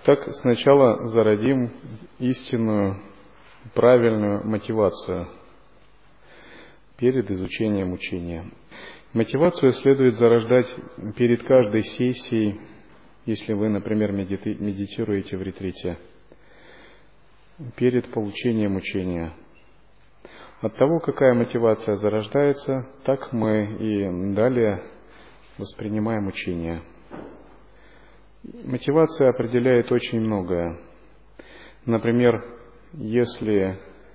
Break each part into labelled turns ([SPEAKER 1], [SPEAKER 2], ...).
[SPEAKER 1] Так, сначала зародим истинную, правильную мотивацию перед изучением учения. Мотивацию следует зарождать перед каждой сессией, если вы, например, медитируете в ретрите, перед получением учения. От того, какая мотивация зарождается, так мы и далее воспринимаем учение. Мотивация определяет очень многое. Например, если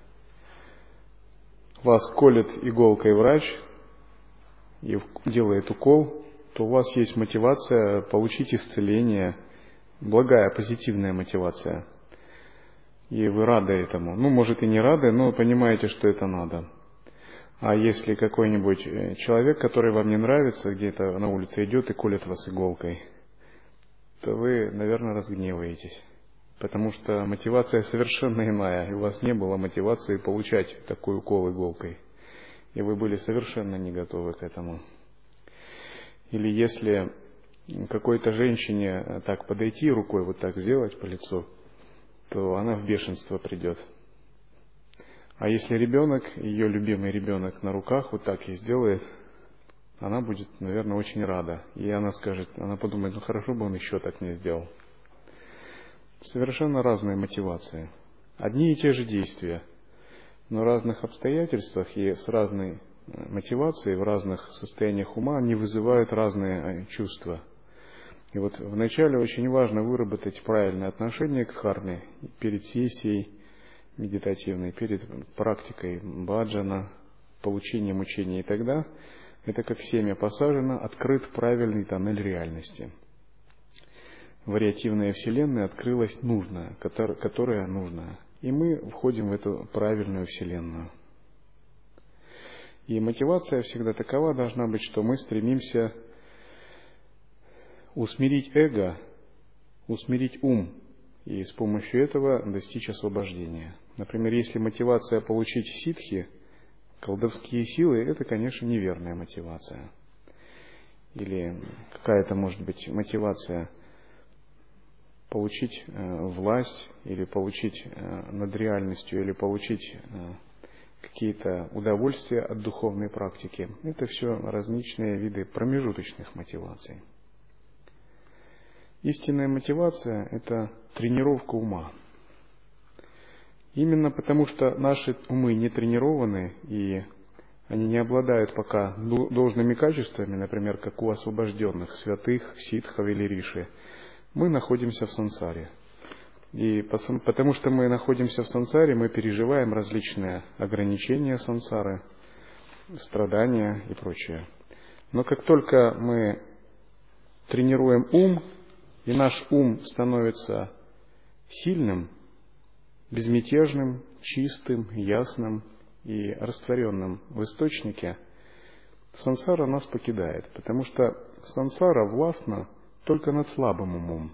[SPEAKER 1] вас колет иголкой врач и делает укол, то у вас есть мотивация получить исцеление, благая, позитивная мотивация. И вы рады этому. Может и не рады, но понимаете, что это надо. А если какой-нибудь человек, который вам не нравится, где-то на улице идет и колет вас иголкой, то вы, наверное, разгневаетесь. Потому что мотивация совершенно иная, и у вас не было мотивации получать такой укол иголкой. И вы были совершенно не готовы к этому. Или если какой-то женщине так подойти рукой, вот так сделать по лицу, то она в бешенство придет. А если ребенок, ее любимый ребенок на руках вот так ей сделает, она будет, наверное, очень рада. И она подумает, хорошо бы он еще так мне сделал. Совершенно разные мотивации. Одни и те же действия, но в разных обстоятельствах и с разной мотивацией, в разных состояниях ума они вызывают разные чувства. И вот вначале очень важно выработать правильное отношение к дхарме перед сессией медитативной, перед практикой баджана, получением учения, и тогда это как семя посажено, открыт правильный тоннель реальности. Вариативная Вселенная открылась нужная, которая нужная. И мы входим в эту правильную Вселенную. И мотивация всегда такова должна быть, что мы стремимся усмирить эго, усмирить ум, и с помощью этого достичь освобождения. Например, если мотивация получить ситхи, колдовские силы, это, конечно, неверная мотивация. Или какая-то, может быть, мотивация получить власть, или получить над реальностью, или получить какие-то удовольствия от духовной практики. Это все различные виды промежуточных мотиваций. Истинная мотивация – это тренировка ума. Именно потому, что наши умы не тренированы, и они не обладают пока должными качествами, например, как у освобожденных, святых, ситхов или риши, мы находимся в сансаре. И потому что мы находимся в сансаре, мы переживаем различные ограничения сансары, страдания и прочее. Но как только мы тренируем ум, и наш ум становится сильным, безмятежным, чистым, ясным и растворенным в источнике, сансара нас покидает, потому что сансара властна только над слабым умом.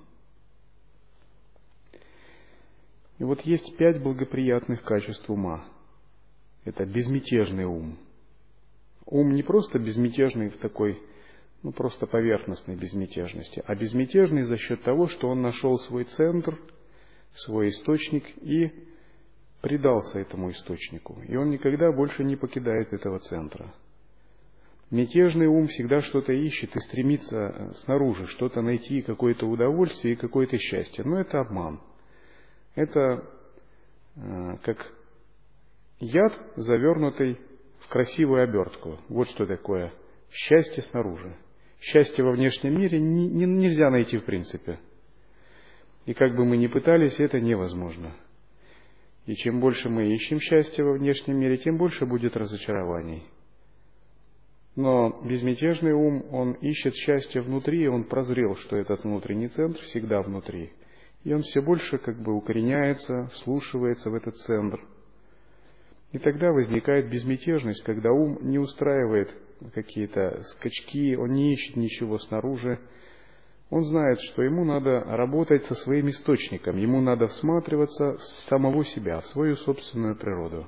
[SPEAKER 1] И вот есть 5 благоприятных качеств ума. Это безмятежный ум. Ум не просто безмятежный в такой, просто поверхностной безмятежности, а безмятежный за счет того, что он нашел свой центр, свой источник и предался этому источнику. И он никогда больше не покидает этого центра. Мятежный ум всегда что-то ищет и стремится снаружи что-то найти, какое-то удовольствие и какое-то счастье. Но это обман. Это как яд, завернутый в красивую обертку. Вот что такое счастье снаружи. Счастье во внешнем мире нельзя найти в принципе. И как бы мы ни пытались, это невозможно. И чем больше мы ищем счастье во внешнем мире, тем больше будет разочарований. Но безмятежный ум, он ищет счастье внутри, и он прозрел, что этот внутренний центр всегда внутри. И он все больше укореняется, вслушивается в этот центр. И тогда возникает безмятежность, когда ум не устраивает какие-то скачки, он не ищет ничего снаружи. Он знает, что ему надо работать со своим источником, ему надо всматриваться в самого себя, в свою собственную природу.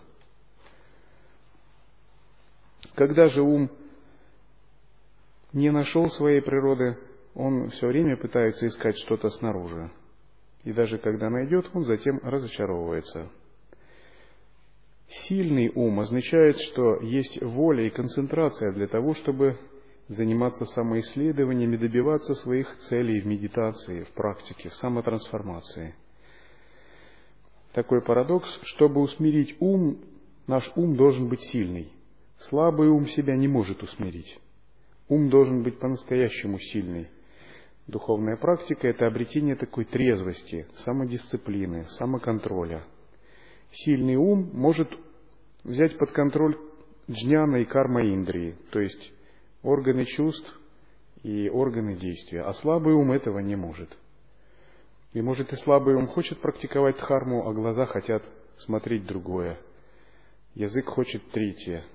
[SPEAKER 1] Когда же ум не нашел своей природы, он все время пытается искать что-то снаружи. И даже когда найдет, он затем разочаровывается. Сильный ум означает, что есть воля и концентрация для того, чтобы заниматься самоисследованием и добиваться своих целей в медитации, в практике, в самотрансформации. Такой парадокс: чтобы усмирить ум, наш ум должен быть сильный. Слабый ум себя не может усмирить. Ум должен быть по-настоящему сильный. Духовная практика – это обретение такой трезвости, самодисциплины, самоконтроля. Сильный ум может взять под контроль джняна и карма-индрии, то есть органы чувств и органы действия, а слабый ум этого не может. И может и слабый ум хочет практиковать дхарму, а глаза хотят смотреть другое, язык хочет третье,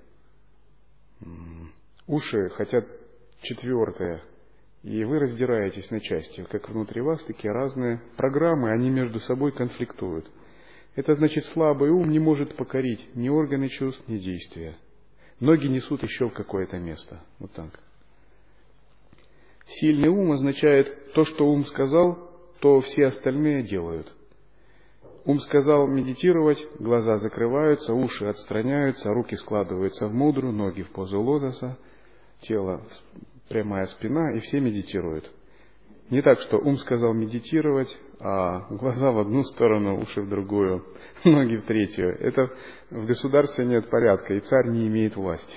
[SPEAKER 1] уши хотят четвертое, и вы раздираетесь на части, как внутри вас, такие разные программы, они между собой конфликтуют. Это значит, слабый ум не может покорить ни органы чувств, ни действия. Ноги несут еще в какое-то место. Вот так. Сильный ум означает, то, что ум сказал, то все остальные делают. Ум сказал медитировать, глаза закрываются, уши отстраняются, руки складываются в мудру, ноги в позу лотоса, тело прямая спина, и все медитируют. Не так, что ум сказал медитировать, а глаза в одну сторону, уши в другую, ноги в третью. Это в государстве нет порядка, и царь не имеет власти.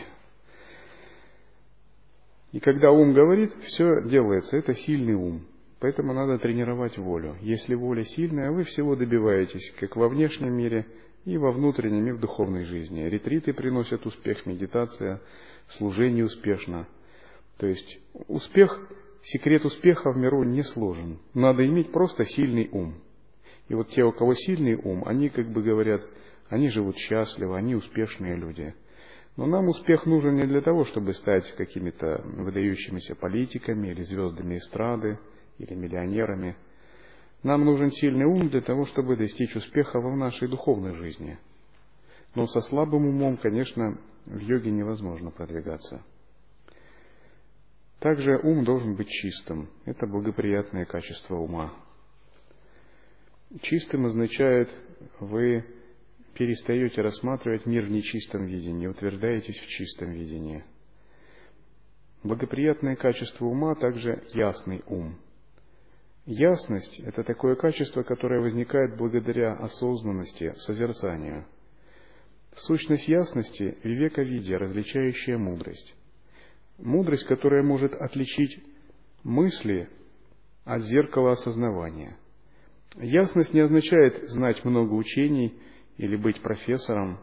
[SPEAKER 1] И когда ум говорит, все делается, это сильный ум. Поэтому надо тренировать волю. Если воля сильная, вы всего добиваетесь, как во внешнем мире, и во внутреннем, и в духовной жизни. Ретриты приносят успех, медитация, служение успешно. То есть секрет успеха в миру не сложен. Надо иметь просто сильный ум. И вот те, у кого сильный ум, они как бы говорят, они живут счастливо, они успешные люди. Но нам успех нужен не для того, чтобы стать какими-то выдающимися политиками или звездами эстрады, или миллионерами. Нам нужен сильный ум для того, чтобы достичь успеха в нашей духовной жизни. Но со слабым умом, конечно, в йоге невозможно продвигаться. Также ум должен быть чистым. Это благоприятное качество ума. Чистым означает, вы перестаете рассматривать мир в нечистом видении, утверждаетесь в чистом видении. Благоприятное качество ума также ясный ум. Ясность – это такое качество, которое возникает благодаря осознанности, созерцанию. Сущность ясности – вивека-видья, различающая мудрость. Мудрость, которая может отличить мысли от зеркала осознавания. Ясность не означает знать много учений или быть профессором.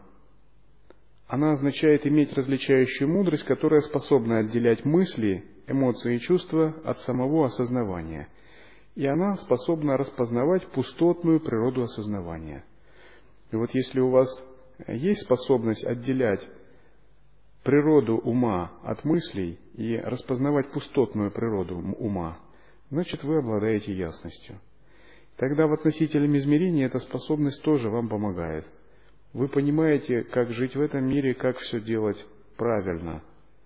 [SPEAKER 1] Она означает иметь различающую мудрость, которая способна отделять мысли, эмоции и чувства от самого осознавания. И она способна распознавать пустотную природу осознавания. И вот если у вас есть способность отделять природу ума от мыслей и распознавать пустотную природу ума, значит, вы обладаете ясностью. Тогда в относительном измерении эта способность тоже вам помогает. Вы понимаете, как жить в этом мире, как все делать правильно,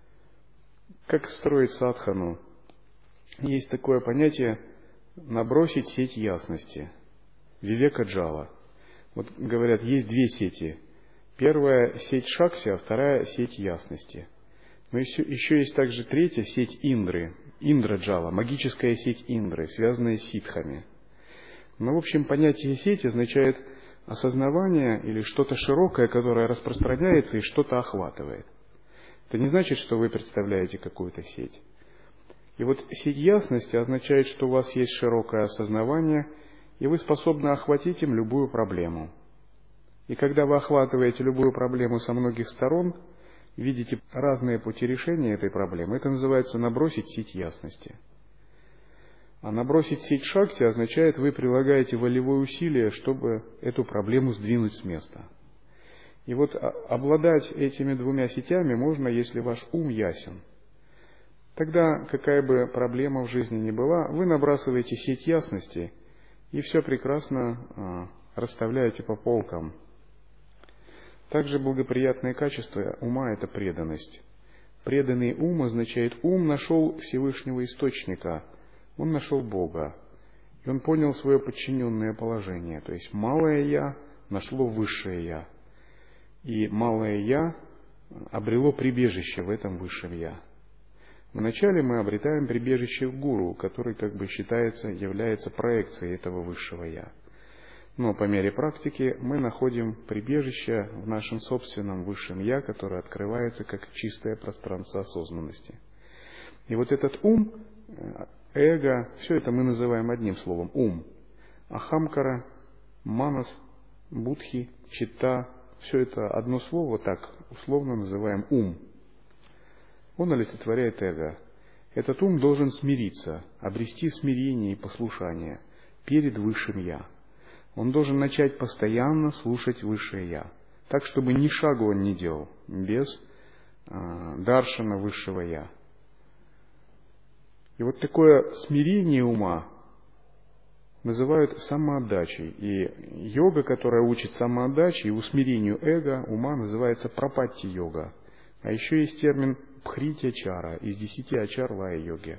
[SPEAKER 1] как строить садхану. Есть такое понятие «набросить сеть ясности», вивека-джала. Вот говорят, есть две сети. Первая сеть Шакти, а вторая сеть ясности. Но еще есть также третья сеть Индры, Индра-джала, магическая сеть Индры, связанная с ситхами. Но в общем понятие сеть означает осознавание или что-то широкое, которое распространяется и что-то охватывает. Это не значит, что вы представляете какую-то сеть. И вот сеть ясности означает, что у вас есть широкое осознавание, и вы способны охватить им любую проблему. И когда вы охватываете любую проблему со многих сторон, видите разные пути решения этой проблемы, это называется набросить сеть ясности. А набросить сеть шакти означает, вы прилагаете волевое усилие, чтобы эту проблему сдвинуть с места. И вот обладать этими двумя сетями можно, если ваш ум ясен. Тогда, какая бы проблема в жизни ни была, вы набрасываете сеть ясности и все прекрасно расставляете по полкам. Также благоприятное качество ума – это преданность. Преданный ум означает, ум нашел Всевышнего Источника, он нашел Бога. И он понял свое подчиненное положение. То есть малое «я» нашло высшее «я». И малое «я» обрело прибежище в этом высшем «я». Вначале мы обретаем прибежище в гуру, который как бы считается, является проекцией этого высшего «я». Но по мере практики мы находим прибежище в нашем собственном высшем «я», которое открывается как чистое пространство осознанности. И вот этот ум, эго, все это мы называем одним словом – ум. Ахамкара, манас, будхи, читта – все это одно слово, так условно называем ум. Он олицетворяет эго. Этот ум должен смириться, обрести смирение и послушание перед высшим «я». Он должен начать постоянно слушать высшее «я», так, чтобы ни шагу он не делал без даршана высшего «я». И вот такое смирение ума называют самоотдачей. И йога, которая учит самоотдаче и усмирению эго, ума, называется прапатти-йога. А еще есть термин пхрити-ачара из 10 ачар лая-йоги.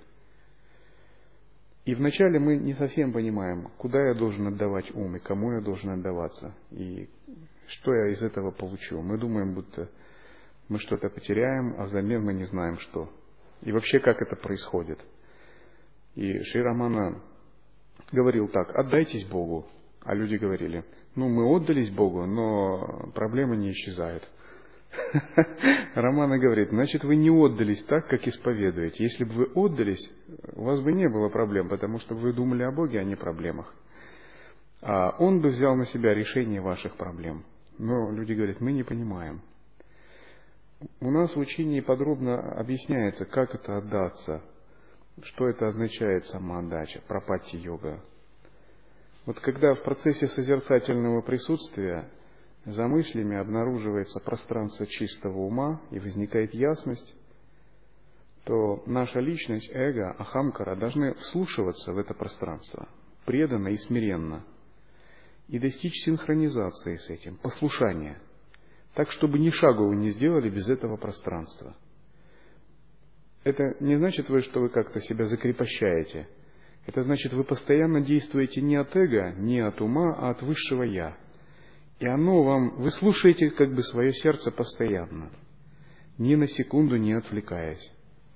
[SPEAKER 1] И вначале мы не совсем понимаем, куда я должен отдавать ум и кому я должен отдаваться, и что я из этого получу. Мы думаем, будто мы что-то потеряем, а взамен мы не знаем, что. И вообще, как это происходит. И Шри Рамана говорил так: отдайтесь Богу. А люди говорили: мы отдались Богу, но проблема не исчезает. Рамана говорит: значит, вы не отдались так, как исповедуете. Если бы вы отдались, у вас бы не было проблем, потому что вы думали о Боге, а не о проблемах. А Он бы взял на себя решение ваших проблем. Но люди говорят: мы не понимаем. У нас в учении подробно объясняется, как это отдаться, что это означает самоотдача, прапатти-йога. Вот когда в процессе созерцательного присутствия за мыслями обнаруживается пространство чистого ума и возникает ясность, то наша личность, эго, ахамкара должны вслушиваться в это пространство преданно и смиренно и достичь синхронизации с этим, послушания, так, чтобы ни шагу вы не сделали без этого пространства. Это не значит, что вы как-то себя закрепощаете. Это значит, вы постоянно действуете не от эго, не от ума, а от высшего «я». И вы слушаете как бы свое сердце постоянно, ни на секунду не отвлекаясь.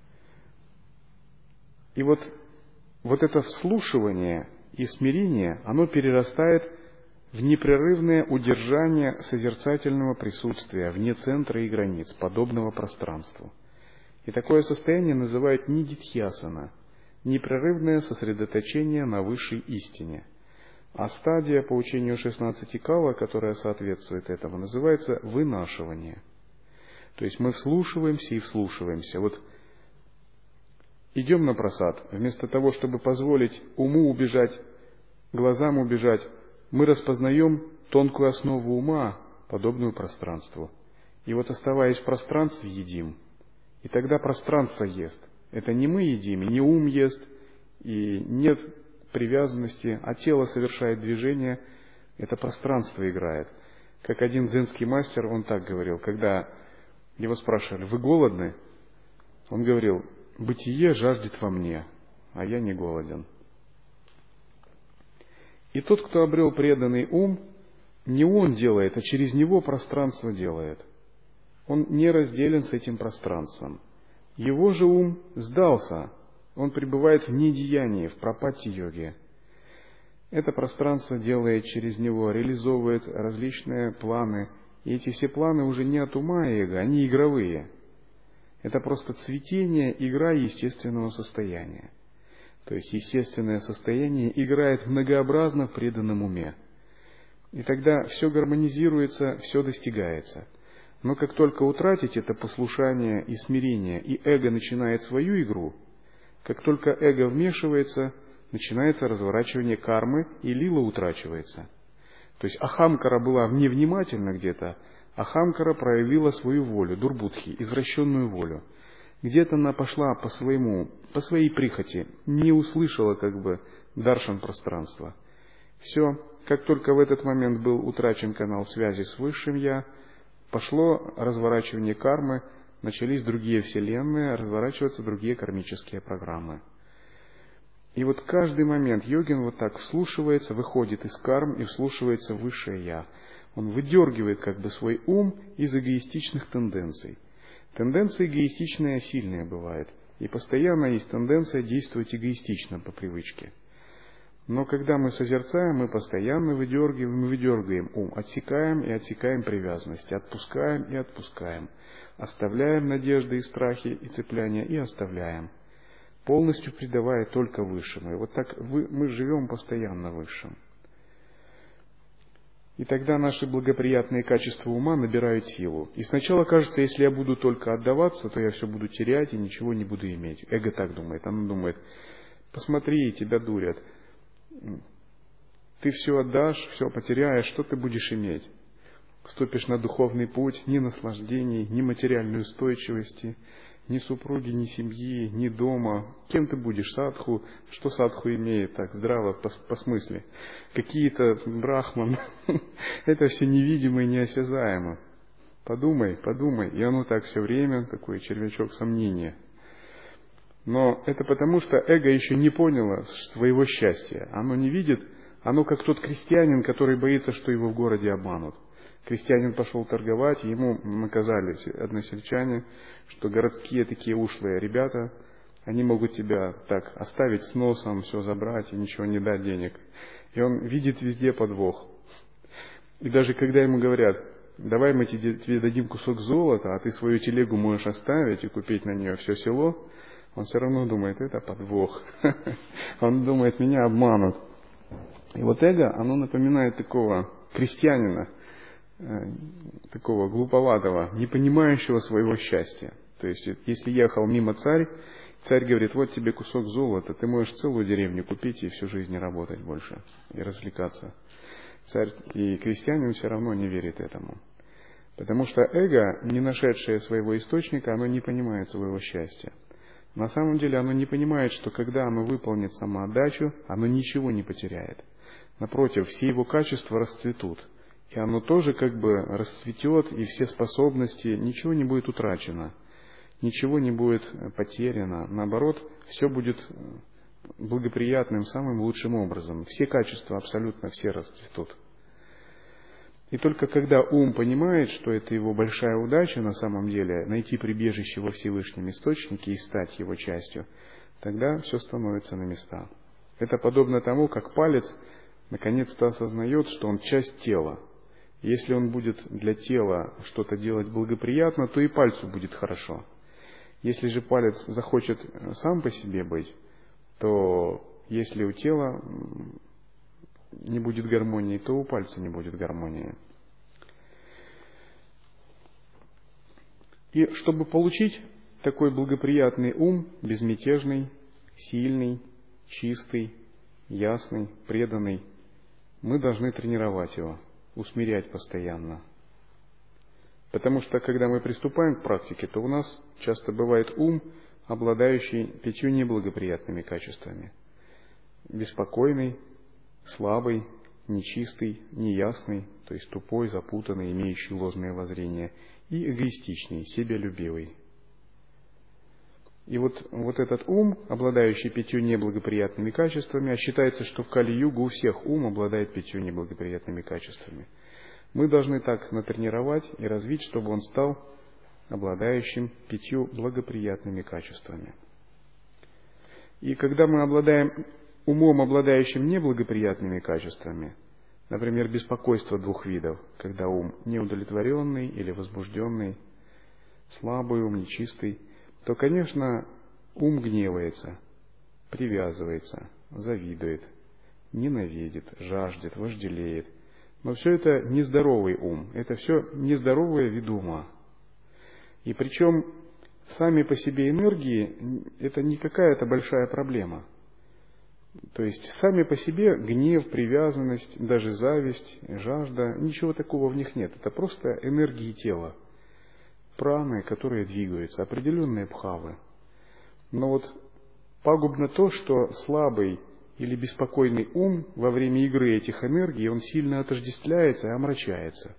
[SPEAKER 1] И вот это вслушивание и смирение, оно перерастает в непрерывное удержание созерцательного присутствия вне центра и границ подобного пространству. И такое состояние называют нидитхьясана, непрерывное сосредоточение на высшей истине. А стадия по учению 16 кала, которая соответствует этому, называется вынашивание. То есть мы вслушиваемся и вслушиваемся. Вот идем на просад, вместо того, чтобы позволить уму убежать, глазам убежать, мы распознаем тонкую основу ума, подобную пространству. И вот, оставаясь в пространстве, едим. И тогда пространство ест. Это не мы едим, и не ум ест, и нет привязанности, а тело совершает движение, это пространство играет. Как один дзенский мастер, он так говорил, когда его спрашивали: вы голодны? Он говорил: бытие жаждет во мне, а я не голоден. И тот, кто обрел преданный ум, не он делает, а через него пространство делает. Он не разделен с этим пространством. Его же ум сдался. Он пребывает в недеянии, в прапатти-йоге. Это пространство делает через него, реализовывает различные планы. И эти все планы уже не от ума и эго, они игровые. Это просто цветение, игра естественного состояния. То есть естественное состояние играет многообразно в преданном уме. И тогда все гармонизируется, все достигается. Но как только утратить это послушание и смирение, и эго начинает свою игру, как только эго вмешивается, начинается разворачивание кармы, и лила утрачивается. То есть ахамкара была невнимательна где-то, ахамкара проявила свою волю, дурбудхи, извращенную волю. Где-то она пошла по своей прихоти, не услышала даршан пространства. Все, как только в этот момент был утрачен канал связи с Высшим Я, пошло разворачивание кармы, начались другие вселенные, разворачиваться другие кармические программы. И вот каждый момент йогин вот так вслушивается, выходит из карм и вслушивается в высшее Я. Он выдергивает как бы свой ум из эгоистичных тенденций. Тенденции эгоистичные, сильные бывают. И постоянно есть тенденция действовать эгоистично по привычке. Но когда мы созерцаем, мы постоянно выдергиваем ум, отсекаем и отсекаем привязанности, отпускаем и отпускаем, оставляем надежды и страхи и цепляния и оставляем, полностью предавая только высшему. И вот так мы живем постоянно высшим. И тогда наши благоприятные качества ума набирают силу. И сначала кажется, если я буду только отдаваться, то я все буду терять и ничего не буду иметь. Эго так думает. Оно думает, посмотри, тебя дурят. Ты все отдашь, все потеряешь, что ты будешь иметь? Вступишь на духовный путь, ни наслаждений, ни материальной устойчивости, ни супруги, ни семьи, ни дома. Кем ты будешь? Садху? Что садху имеет так здраво по смысле? Какие-то брахман. Это все невидимо и неосязаемо. Подумай. И оно так все время, такой червячок сомнения. Но это потому, что эго еще не поняло своего счастья. Оно не видит, оно как тот крестьянин, который боится, что его в городе обманут. Крестьянин пошел торговать, и ему наказали односельчане, что городские такие ушлые ребята, они могут тебя так оставить с носом, все забрать и ничего не дать денег. И он видит везде подвох. И даже когда ему говорят, давай мы тебе дадим кусок золота, а ты свою телегу можешь оставить и купить на нее все село, он все равно думает, это подвох. Он думает, меня обманут. И вот эго, оно напоминает такого крестьянина, такого глуповатого, не понимающего своего счастья. То есть, если ехал мимо царь говорит, вот тебе кусок золота, ты можешь целую деревню купить и всю жизнь не работать больше, и развлекаться. Царь и крестьянин все равно не верит этому. Потому что эго, не нашедшее своего источника, оно не понимает своего счастья. На самом деле оно не понимает, что когда оно выполнит самоотдачу, оно ничего не потеряет. Напротив, все его качества расцветут. И оно тоже как бы расцветет, и все способности, ничего не будет утрачено, ничего не будет потеряно. Наоборот, все будет благоприятным, самым лучшим образом. Все качества абсолютно все расцветут. И только когда ум понимает, что это его большая удача на самом деле, найти прибежище во Всевышнем Источнике и стать его частью, тогда все становится на места. Это подобно тому, как палец наконец-то осознает, что он часть тела. Если он будет для тела что-то делать благоприятно, то и пальцу будет хорошо. Если же палец захочет сам по себе быть, то если у тела не будет гармонии, то у пальца не будет гармонии. И чтобы получить такой благоприятный ум, безмятежный, сильный, чистый, ясный, преданный, мы должны тренировать его, усмирять постоянно. Потому что, когда мы приступаем к практике, то у нас часто бывает ум, обладающий 5 неблагоприятными качествами. Беспокойный, слабый, нечистый, неясный, то есть тупой, запутанный, имеющий ложные воззрения, и эгоистичный, себялюбивый. И вот этот ум, обладающий 5 неблагоприятными качествами, а считается, что в Кали-югу у всех ум обладает 5 неблагоприятными качествами. Мы должны так натренировать и развить, чтобы он стал обладающим 5 благоприятными качествами. И когда мы обладаем умом, обладающим неблагоприятными качествами, например, беспокойство 2 видов, когда ум неудовлетворенный или возбужденный, слабый ум, нечистый, то, конечно, ум гневается, привязывается, завидует, ненавидит, жаждет, вожделеет. Но все это нездоровый ум, это все нездоровые виды ума. И причем сами по себе энергии это не какая-то большая проблема. То есть сами по себе гнев, привязанность, даже зависть, жажда, ничего такого в них нет. Это просто энергии тела, праны, которые двигаются, определенные бхавы. Но вот пагубно то, что слабый или беспокойный ум во время игры этих энергий, он сильно отождествляется и омрачается.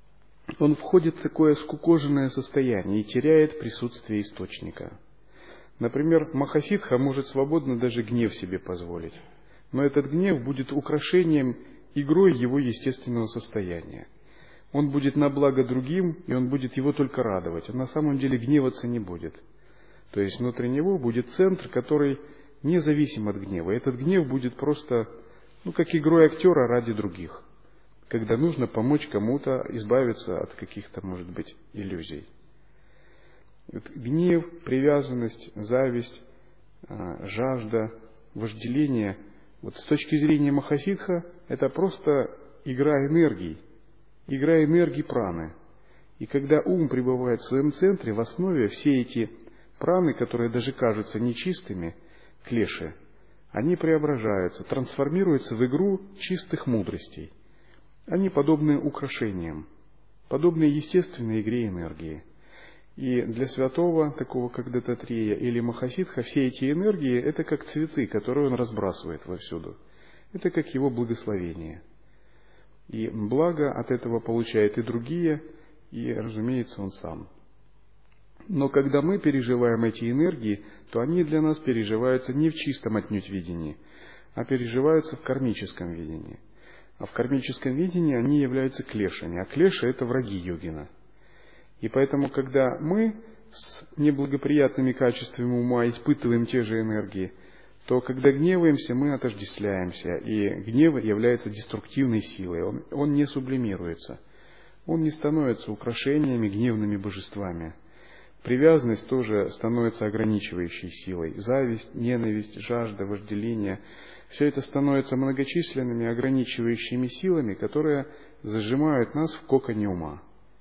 [SPEAKER 1] Он входит в такое скукоженное состояние и теряет присутствие источника. Например, Махасидха может свободно даже гнев себе позволить, но этот гнев будет украшением, игрой его естественного состояния. Он будет на благо другим, и он будет его только радовать. Он на самом деле гневаться не будет. То есть внутри него будет центр, который независим от гнева. Этот гнев будет просто, как игрой актера ради других, когда нужно помочь кому-то избавиться от каких-то, может быть, иллюзий. Гнев, привязанность, зависть, жажда, вожделение. С точки зрения Махасидха, это просто игра энергий праны. И когда ум пребывает в своем центре, в основе все эти праны, которые даже кажутся нечистыми, клеши, они преображаются, трансформируются в игру чистых мудростей. Они подобны украшениям, подобны естественной игре энергии. И для святого, такого как Дататрея или Махасидха, все эти энергии – это как цветы, которые он разбрасывает вовсюду. Это как его благословение. И благо от этого получают и другие, и, разумеется, он сам. Но когда мы переживаем эти энергии, то они для нас переживаются не в чистом отнюдь видении, а переживаются в кармическом видении. А в кармическом видении они являются клешами, а клеши – это враги йогина. И поэтому, когда мы с неблагоприятными качествами ума испытываем те же энергии, то когда гневаемся, мы отождествляемся, и гнев является деструктивной силой, он не сублимируется, он не становится украшениями, гневными божествами. Привязанность тоже становится ограничивающей силой. Зависть, ненависть, жажда, вожделение – все это становится многочисленными ограничивающими силами, которые зажимают нас в коконе ума.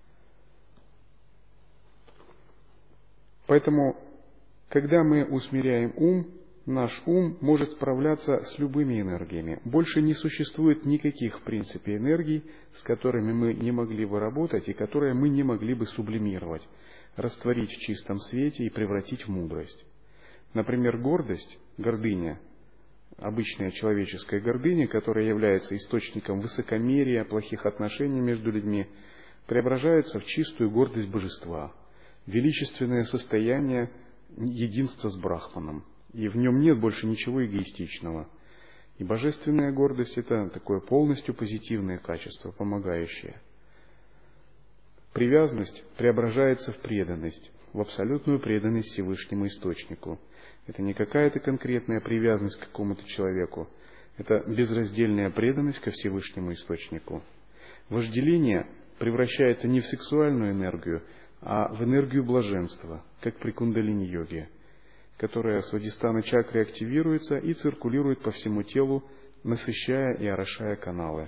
[SPEAKER 1] Поэтому, когда мы усмиряем ум, наш ум может справляться с любыми энергиями. Больше не существует никаких, в принципе, энергий, с которыми мы не могли бы работать и которые мы не могли бы сублимировать, растворить в чистом свете и превратить в мудрость. Например, гордость, гордыня, обычная человеческая гордыня, которая является источником высокомерия, плохих отношений между людьми, преображается в чистую гордость божества, величественное состояние единства с Брахманом. И в нем нет больше ничего эгоистичного. И божественная гордость – это такое полностью позитивное качество, помогающее. Привязанность преображается в преданность, в абсолютную преданность Всевышнему Источнику. Это не какая-то конкретная привязанность к какому-то человеку. Это безраздельная преданность ко Всевышнему Источнику. Вожделение превращается не в сексуальную энергию, а в энергию блаженства, как при кундалини-йоге, которая в свадистхана чакре активируется и циркулирует по всему телу, насыщая и орошая каналы.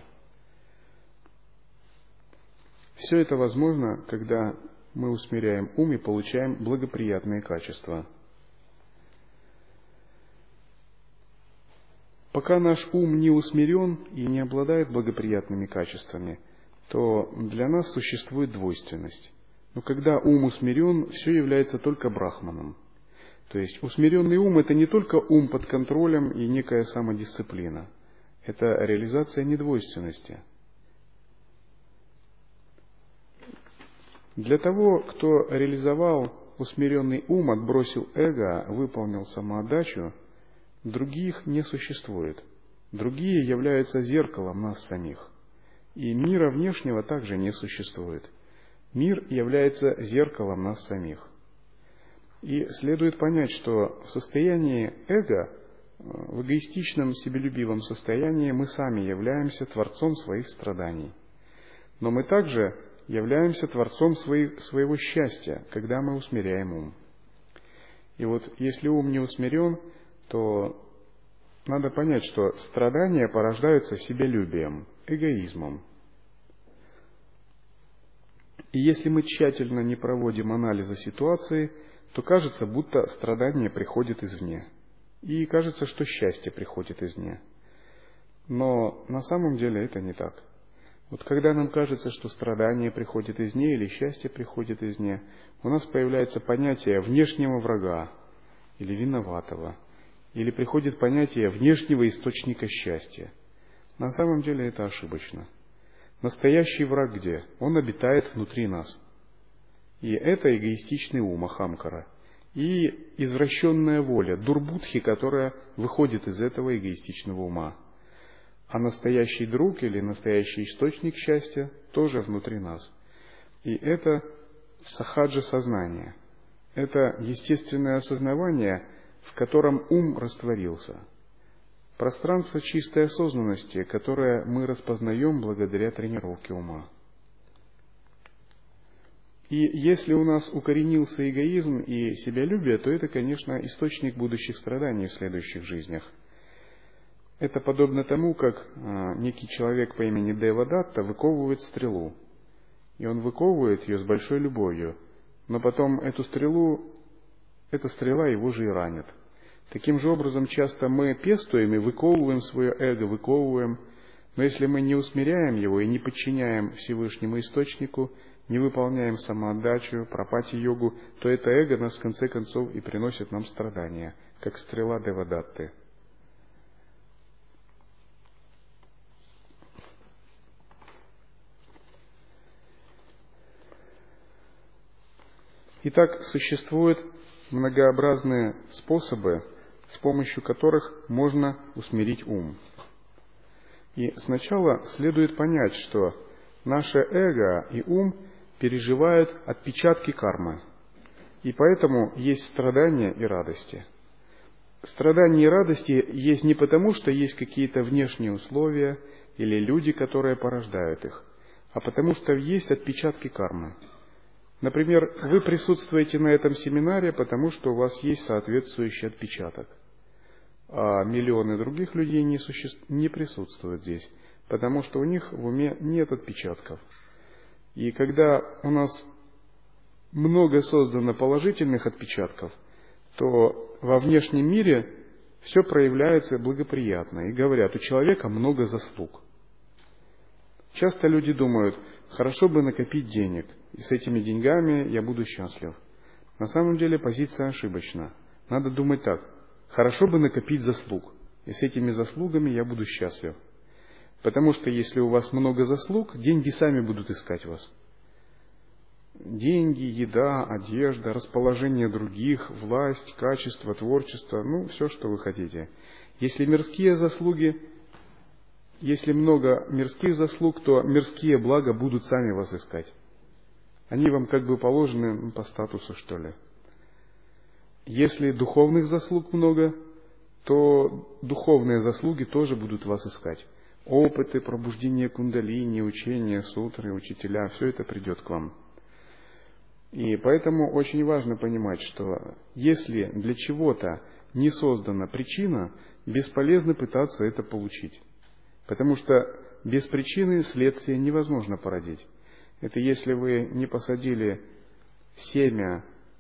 [SPEAKER 1] Все это возможно, когда мы усмиряем ум и получаем благоприятные качества. Пока наш ум не усмирен и не обладает благоприятными качествами, то для нас существует двойственность. Но когда ум усмирен, все является только брахманом. То есть усмиренный ум – это не только ум под контролем и некая самодисциплина. Это реализация недвойственности. Для того, кто реализовал усмиренный ум, отбросил эго, выполнил самоотдачу, других не существует. Другие являются зеркалом нас самих. И мира внешнего также не существует. Мир является зеркалом нас самих. И следует понять, что в состоянии эго, в эгоистичном, себелюбивом состоянии, мы сами являемся творцом своих страданий. Но мы также являемся творцом своего счастья, когда мы усмиряем ум. И если ум не усмирен, то надо понять, что страдания порождаются себелюбием, эгоизмом. И если мы тщательно не проводим анализа ситуации, то кажется, будто страдание приходит извне. И кажется, что счастье приходит извне. Но на самом деле это не так. Когда нам кажется, что страдание приходит извне или счастье приходит извне, у нас появляется понятие внешнего врага или виноватого, или приходит понятие внешнего источника счастья. На самом деле это ошибочно. Настоящий враг где? Он обитает внутри нас. И это эгоистичный ум, ахамкара. и извращенная воля, дурбудхи, которая выходит из этого эгоистичного ума. А настоящий друг или настоящий источник счастья тоже внутри нас. И это сахаджа сознание. Это естественное осознавание, в котором ум растворился. Пространство чистой осознанности, которое мы распознаем благодаря тренировке ума. И если у нас укоренился эгоизм и себялюбие, то это, конечно, источник будущих страданий в следующих жизнях. Это подобно тому, как некий человек по имени Девадатта выковывает стрелу. И он выковывает ее с большой любовью, но потом эта стрела его же и ранит. Таким же образом, часто мы пестуем и выковываем свое эго, но если мы не усмиряем его и не подчиняем Всевышнему Источнику, не выполняем самоотдачу, пропати-йогу, то это эго нас в конце концов и приносит нам страдания, как стрела Девадатты. Итак, существуют многообразные способы, с помощью которых можно усмирить ум. И сначала следует понять, что наше эго и ум переживают отпечатки кармы. И поэтому есть страдания и радости. Страдания и радости есть не потому, что есть какие-то внешние условия или люди, которые порождают их, а потому что есть отпечатки кармы. Например, вы присутствуете на этом семинаре, потому что у вас есть соответствующий отпечаток. А миллионы других людей не присутствуют здесь, потому что у них в уме нет отпечатков. И когда у нас много создано положительных отпечатков, то во внешнем мире все проявляется благоприятно. И говорят, у человека много заслуг. Часто люди думают, хорошо бы накопить денег, и с этими деньгами я буду счастлив. На самом деле позиция ошибочна. Надо думать так, хорошо бы накопить заслуг, и с этими заслугами я буду счастлив. Потому что если у вас много заслуг, деньги сами будут искать вас. Деньги, еда, одежда, расположение других, власть, качество, творчество, все, что вы хотите. Если много мирских заслуг, то мирские блага будут сами вас искать. Они вам как бы положены по статусу, что ли. Если духовных заслуг много, то духовные заслуги тоже будут вас искать. Опыты, пробуждение кундалини, учения, сутры, учителя, все это придет к вам. И поэтому очень важно понимать, что если для чего-то не создана причина, бесполезно пытаться это получить. Потому что без причины следствие невозможно породить. Это если вы не посадили семя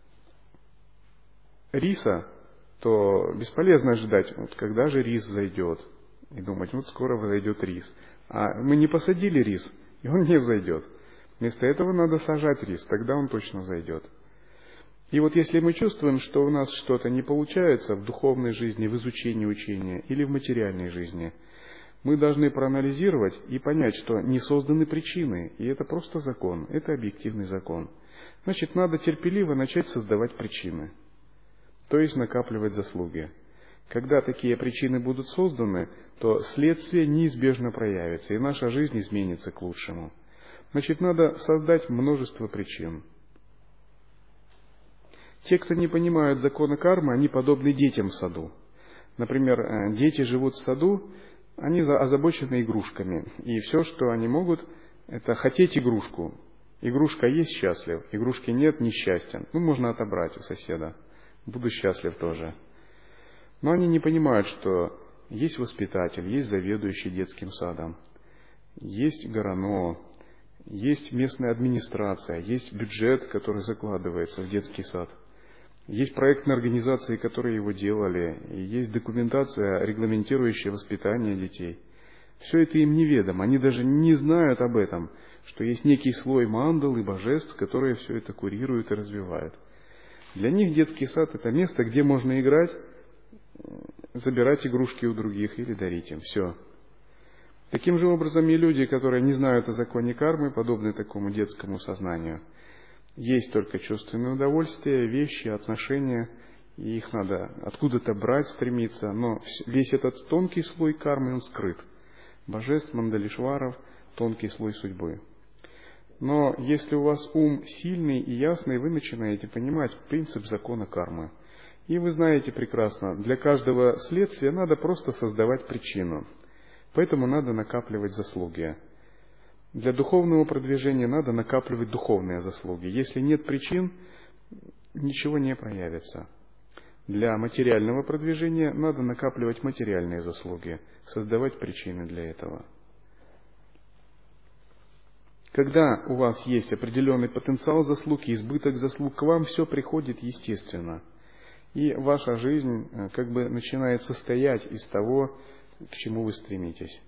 [SPEAKER 1] риса, то бесполезно ожидать, когда же рис зайдет. И думать, скоро взойдет рис. А мы не посадили рис, и он не взойдет. Вместо этого надо сажать рис, тогда он точно взойдет. И если мы чувствуем, что у нас что-то не получается в духовной жизни, в изучении учения или в материальной жизни, мы должны проанализировать и понять, что не созданы причины, и это просто закон, это объективный закон. Значит, надо терпеливо начать создавать причины, то есть накапливать заслуги. Когда такие причины будут созданы, то следствие неизбежно проявится, и наша жизнь изменится к лучшему. Значит, надо создать множество причин. Те, кто не понимают закона кармы, они подобны детям в саду. Например, дети живут в саду, они озабочены игрушками. И все, что они могут, это хотеть игрушку. Игрушка есть — счастлив, игрушки нет — несчастен. Можно отобрать у соседа. Буду счастлив тоже. Но они не понимают, что есть воспитатель, есть заведующий детским садом, есть горано, есть местная администрация, есть бюджет, который закладывается в детский сад. Есть проектные организации, которые его делали, и есть документация, регламентирующая воспитание детей. Все это им неведомо, они даже не знают об этом, что есть некий слой мандал и божеств, которые все это курируют и развивают. Для них детский сад — это место, где можно играть, забирать игрушки у других или дарить им. Все. Таким же образом и люди, которые не знают о законе кармы, подобны такому детскому сознанию. есть только чувственные удовольствия, вещи, отношения, и их надо откуда-то брать, стремиться, но весь этот тонкий слой кармы, он скрыт. Божеств, Мандалишваров, тонкий слой судьбы. Но если у вас ум сильный и ясный, вы начинаете понимать принцип закона кармы. И вы знаете прекрасно, для каждого следствия надо просто создавать причину. Поэтому надо накапливать заслуги. Для духовного продвижения надо накапливать духовные заслуги. Если нет причин, ничего не проявится. Для материального продвижения надо накапливать материальные заслуги, создавать причины для этого. Когда у вас есть определенный потенциал заслуг и избыток заслуг, к вам все приходит естественно. И ваша жизнь как бы начинает состоять из того, к чему вы стремитесь.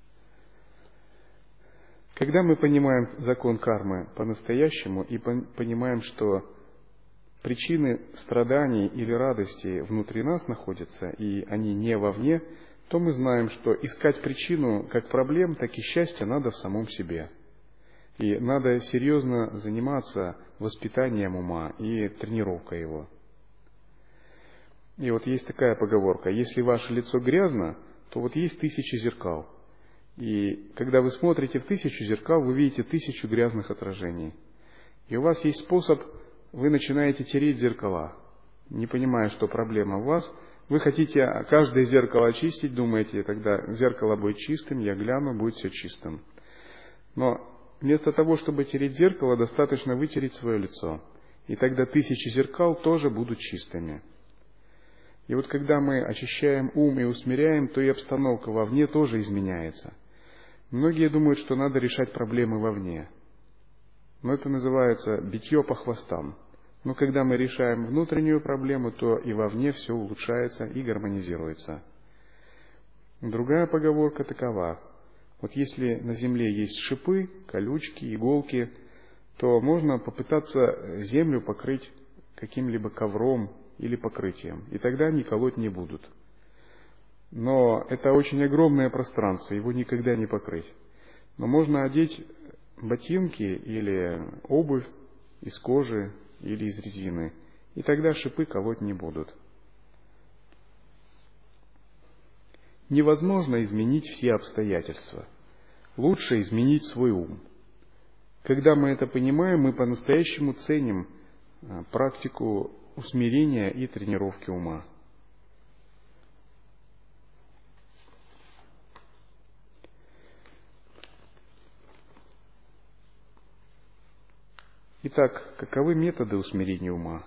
[SPEAKER 1] Когда мы понимаем закон кармы по-настоящему и понимаем, что причины страданий или радости внутри нас находятся, и они не вовне, то мы знаем, что искать причину как проблем, так и счастья надо в самом себе. И надо серьезно заниматься воспитанием ума и тренировкой его. И вот есть такая поговорка: если ваше лицо грязно, то вот есть 1000 зеркал. И когда вы смотрите в 1000 зеркал, вы видите 1000 грязных отражений. И у вас есть способ, вы начинаете тереть зеркала, не понимая, что проблема в вас. Вы хотите каждое зеркало очистить, думаете, тогда зеркало будет чистым, я гляну, будет все чистым. Но вместо того, чтобы тереть зеркало, достаточно вытереть свое лицо. И тогда 1000 зеркал тоже будут чистыми. И вот когда мы очищаем ум и усмиряем, то и обстановка вовне тоже изменяется. Многие думают, что надо решать проблемы вовне. Но это называется битье по хвостам. Но когда мы решаем внутреннюю проблему, то и вовне все улучшается и гармонизируется. Другая поговорка такова: вот если на земле есть шипы, колючки, иголки, то можно попытаться землю покрыть каким-либо ковром или покрытием, и тогда они колоть не будут. Но это очень огромное пространство, его никогда не покрыть. Но можно одеть ботинки или обувь из кожи или из резины, и тогда шипы колоть не будут. Невозможно изменить все обстоятельства. Лучше изменить свой ум. Когда мы это понимаем, мы по-настоящему ценим практику усмирения и тренировки ума. Итак, каковы методы усмирения ума?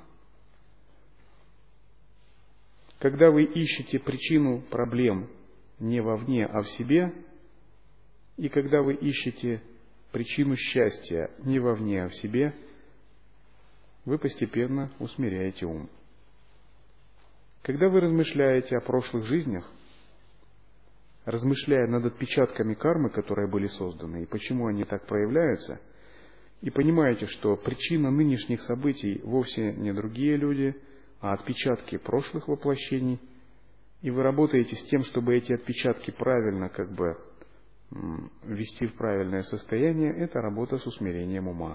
[SPEAKER 1] Когда вы ищете причину проблем не вовне, а в себе, и когда вы ищете причину счастья не вовне, а в себе, вы постепенно усмиряете ум. Когда вы размышляете о прошлых жизнях, размышляя над отпечатками кармы, которые были созданы, и почему они так проявляются, и понимаете, что причина нынешних событий вовсе не другие люди, а отпечатки прошлых воплощений, и вы работаете с тем, чтобы эти отпечатки правильно ввести в правильное состояние, это работа с усмирением ума.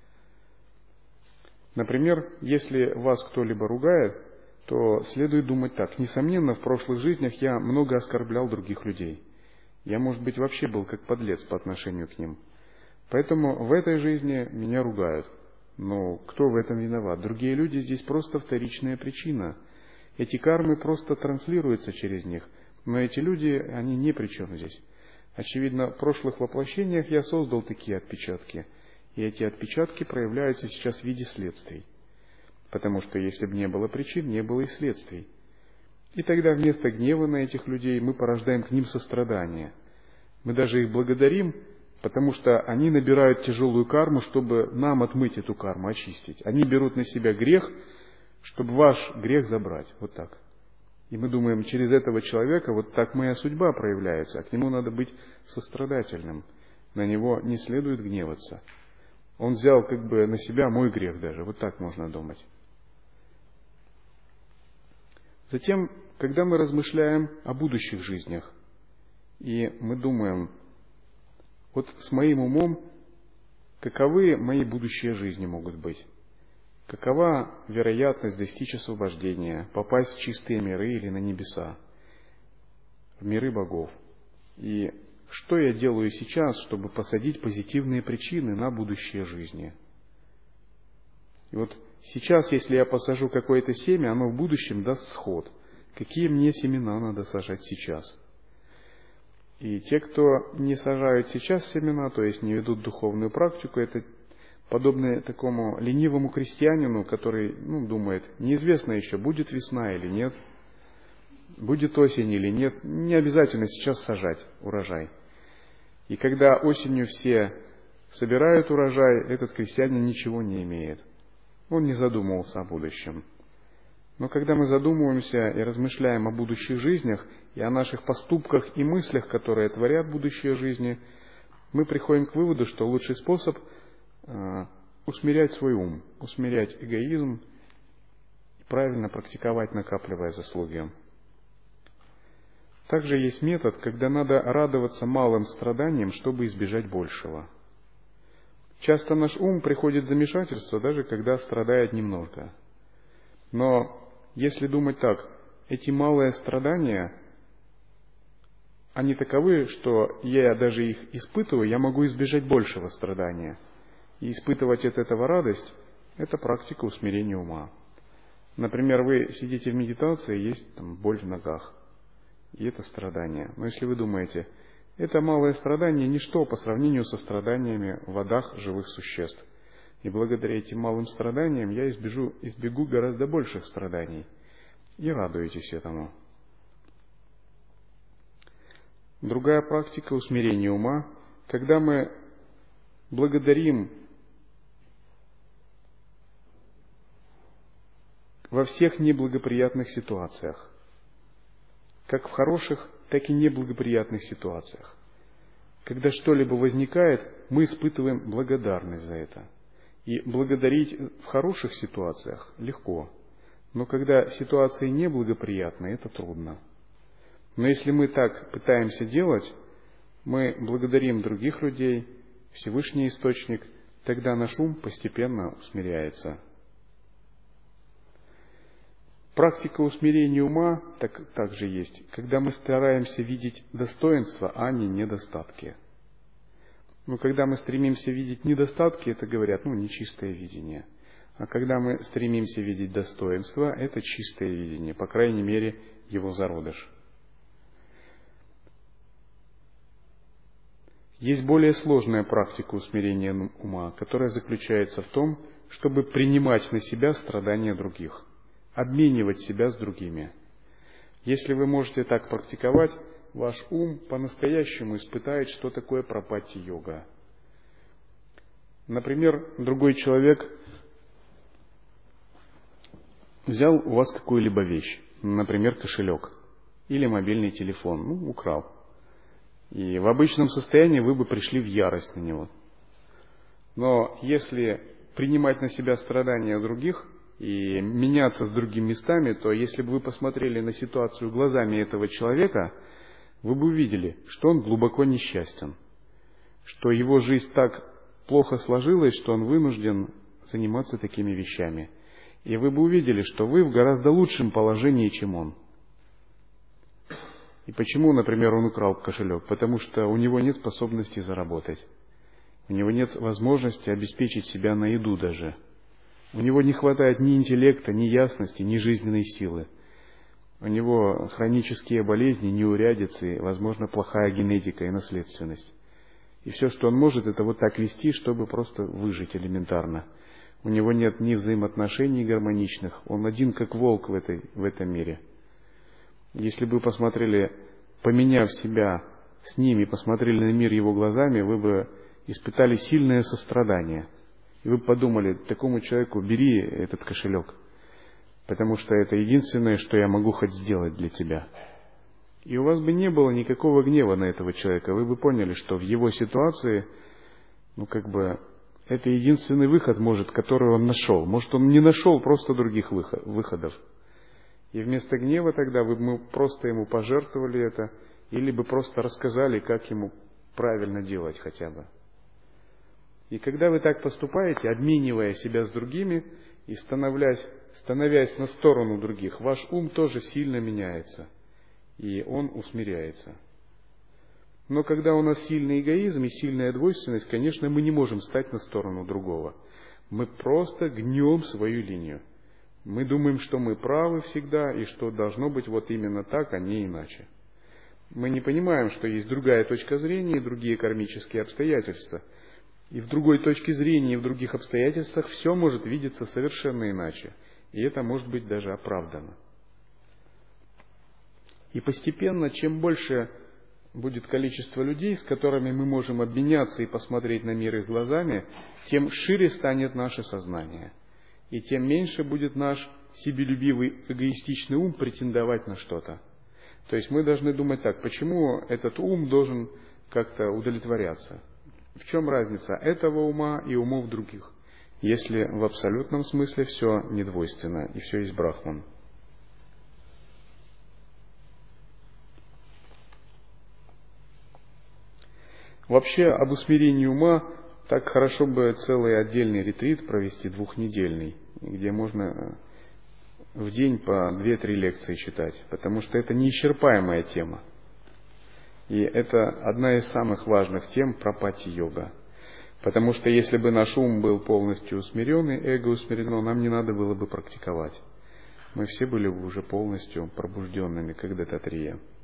[SPEAKER 1] Например, если вас кто-либо ругает, то следует думать так: несомненно, в прошлых жизнях я много оскорблял других людей. Я, может быть, вообще был как подлец по отношению к ним. Поэтому в этой жизни меня ругают. Но кто в этом виноват? Другие люди здесь просто вторичная причина. Эти кармы просто транслируются через них. Но эти люди, они ни при чем здесь. Очевидно, в прошлых воплощениях я создал такие отпечатки. И эти отпечатки проявляются сейчас в виде следствий. Потому что если бы не было причин, не было и следствий. И тогда вместо гнева на этих людей мы порождаем к ним сострадание. Мы даже их благодарим, потому что они набирают тяжелую карму, чтобы нам отмыть эту карму, очистить. Они берут на себя грех, чтобы ваш грех забрать. Вот так. И мы думаем, через этого человека вот так моя судьба проявляется, а к нему надо быть сострадательным. На него не следует гневаться. Он взял на себя мой грех даже. Вот так можно думать. Затем, когда мы размышляем о будущих жизнях, и мы думаем, вот с моим умом, каковы мои будущие жизни могут быть? какова вероятность достичь освобождения, попасть в чистые миры или на небеса, в миры богов. И что я делаю сейчас, чтобы посадить позитивные причины на будущее жизни? И вот сейчас, если я посажу какое-то семя, оно в будущем даст всход. Какие мне семена надо сажать сейчас? И те, кто не сажают сейчас семена, то есть не ведут духовную практику, это подобно такому ленивому крестьянину, который думает, неизвестно еще, будет весна или нет, будет осень или нет, не обязательно сейчас сажать урожай. И когда осенью все собирают урожай, этот крестьянин ничего не имеет. Он не задумывался о будущем. Но когда мы задумываемся и размышляем о будущих жизнях и о наших поступках и мыслях, которые творят будущие жизни, мы приходим к выводу, что лучший способ усмирять свой ум, усмирять эгоизм и правильно практиковать, накапливая заслуги. Также есть метод, когда надо радоваться малым страданиям, чтобы избежать большего. Часто наш ум приходит в замешательство, даже когда страдает немного. Но если думать так, эти малые страдания, они таковы, что я даже их испытываю, я могу избежать большего страдания. И испытывать от этого радость – это практика усмирения ума. Например, вы сидите в медитации, есть боль в ногах, и это страдание. Но если вы думаете, это малое страдание – ничто по сравнению со страданиями в адах живых существ. И благодаря этим малым страданиям я избегу гораздо больших страданий. И радуетесь этому. Другая практика усмирения ума, когда мы благодарим во всех неблагоприятных ситуациях, как в хороших, так и неблагоприятных ситуациях. Когда что-либо возникает, мы испытываем благодарность за это. И благодарить в хороших ситуациях легко. Но когда ситуации неблагоприятные, это трудно. Но если мы так пытаемся делать, мы благодарим других людей, Всевышний Источник, тогда наш ум постепенно усмиряется. Практика усмирения ума также есть, когда мы стараемся видеть достоинства, а не недостатки. Но когда мы стремимся видеть недостатки, это говорят, нечистое видение. А когда мы стремимся видеть достоинства, это чистое видение, по крайней мере, его зародыш. Есть более сложная практика усмирения ума, которая заключается в том, чтобы принимать на себя страдания других, обменивать себя с другими. Если вы можете так практиковать, ваш ум по-настоящему испытает, что такое пропатти-йога. Например, другой человек взял у вас какую-либо вещь, например, кошелек или мобильный телефон, украл. И в обычном состоянии вы бы пришли в ярость на него. Но если принимать на себя страдания других и меняться с другими местами, то если бы вы посмотрели на ситуацию глазами этого человека, вы бы увидели, что он глубоко несчастен, что его жизнь так плохо сложилась, что он вынужден заниматься такими вещами. И вы бы увидели, что вы в гораздо лучшем положении, чем он. И почему, например, он украл кошелек? Потому что у него нет способности заработать. У него нет возможности обеспечить себя на еду даже. У него не хватает ни интеллекта, ни ясности, ни жизненной силы. У него хронические болезни, неурядицы, возможно, плохая генетика и наследственность. И все, что он может, это вот так вести, чтобы просто выжить элементарно. У него нет ни взаимоотношений гармоничных, он один как волк в этом мире. Если бы вы посмотрели, поменяв себя с ними, посмотрели на мир его глазами, вы бы испытали сильное сострадание. И вы подумали, такому человеку бери этот кошелек, потому что это единственное, что я могу хоть сделать для тебя. И у вас бы не было никакого гнева на этого человека. Вы бы поняли, что в его ситуации, это единственный выход, который он нашел. Может, он не нашел просто других выходов. И вместо гнева тогда мы просто ему пожертвовали это, или бы просто рассказали, как ему правильно делать хотя бы. И когда вы так поступаете, обменивая себя с другими, и становясь на сторону других, ваш ум тоже сильно меняется, и он усмиряется. Но когда у нас сильный эгоизм и сильная двойственность, конечно, мы не можем стать на сторону другого. Мы просто гнем свою линию. Мы думаем, что мы правы всегда, и что должно быть вот именно так, а не иначе. Мы не понимаем, что есть другая точка зрения, другие кармические обстоятельства. И в другой точке зрения, и в других обстоятельствах все может видеться совершенно иначе. И это может быть даже оправдано. И постепенно, чем больше будет количество людей, с которыми мы можем обменяться и посмотреть на мир их глазами, тем шире станет наше сознание. И тем меньше будет наш себелюбивый эгоистичный ум претендовать на что-то. То есть мы должны думать так, почему этот ум должен как-то удовлетворяться? В чем разница этого ума и умов других, если в абсолютном смысле все недвойственно и все есть брахман? Вообще, об усмирении ума так хорошо бы целый отдельный ретрит провести, 2-недельный, где можно в день по 2-3 лекции читать, потому что это неисчерпаемая тема. И это одна из самых важных тем пропати-йога. Потому что если бы наш ум был полностью усмирен, и эго усмирено, нам не надо было бы практиковать. Мы все были бы уже полностью пробужденными, как дататрия.